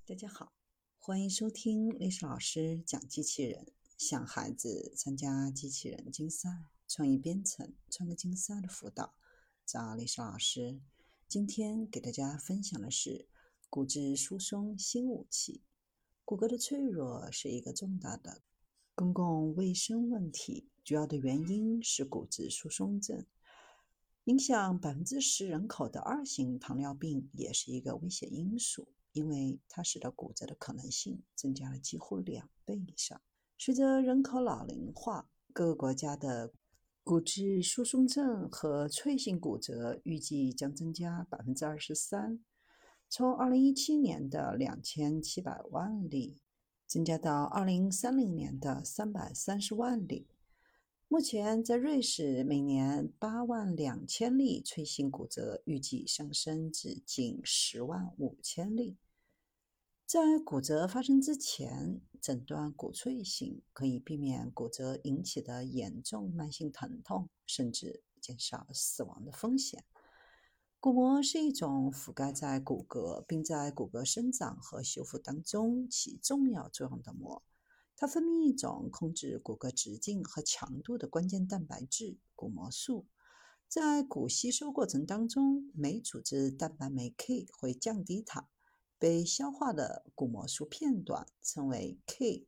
大家好，欢迎收听历史老师讲机器人，向孩子参加机器人竞赛、创意编程、创客竞赛的辅导。找历史老师。今天给大家分享的是骨质疏松新武器。骨骼的脆弱是一个重大的公共卫生问题，主要的原因是骨质疏松症。影响10%人口的2型糖尿病也是一个危险因素，因为它使得骨折的可能性增加了几乎2倍以上。随着人口老龄化，各个国家的骨质疏松症和脆性骨折预计将增加23%，从2017年的2700万例增加到2030年的330万例。目前在瑞士，每年8万2千例脆性骨折预计上升至近10万5千例。在骨折发生之前，诊断骨脆性可以避免骨折引起的严重慢性疼痛，甚至减少死亡的风险。骨膜是一种覆盖在骨骼并在骨骼生长和修复当中起重要作用的膜。它分泌一种控制骨骼直径和强度的关键蛋白质骨膜素。在骨吸收过程当中，酶组织蛋白酶 K 会降低它，被消化的骨膜素片段称为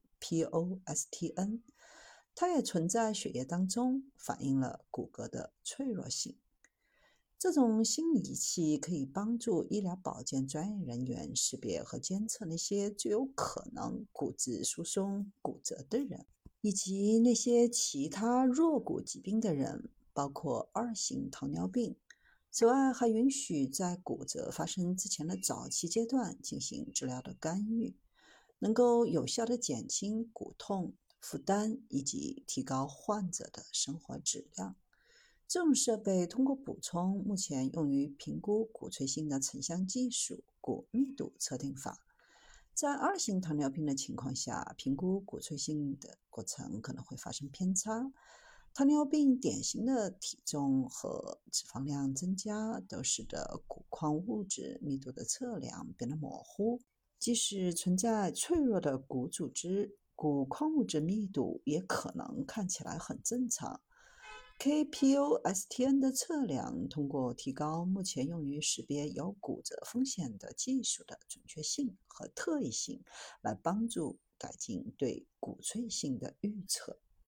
KPOSTN。它也存在血液当中，反映了骨骼的脆弱性。这种新仪器可以帮助医疗保健专业人员识别和监测那些最有可能骨质疏松骨折的人，以及那些其他弱骨疾病的人，包括2型糖尿病。此外，还允许在骨折发生之前的早期阶段进行治疗的干预，能够有效地减轻骨痛负担以及提高患者的生活质量。这种设备通过补充目前用于评估骨脆性的成像技术骨密度测定法。在2型糖尿病的情况下，评估骨脆性的过程可能会发生偏差。糖尿病典型的体重和脂肪量增加都使得骨矿物质密度的测量变得模糊。即使存在脆弱的骨组织，骨矿物质密度也可能看起来很正常。KPOSTN 的测量通过提高目前用于识别有骨折风险的技术的准确性和特异性，来帮助改进对骨脆性的预测。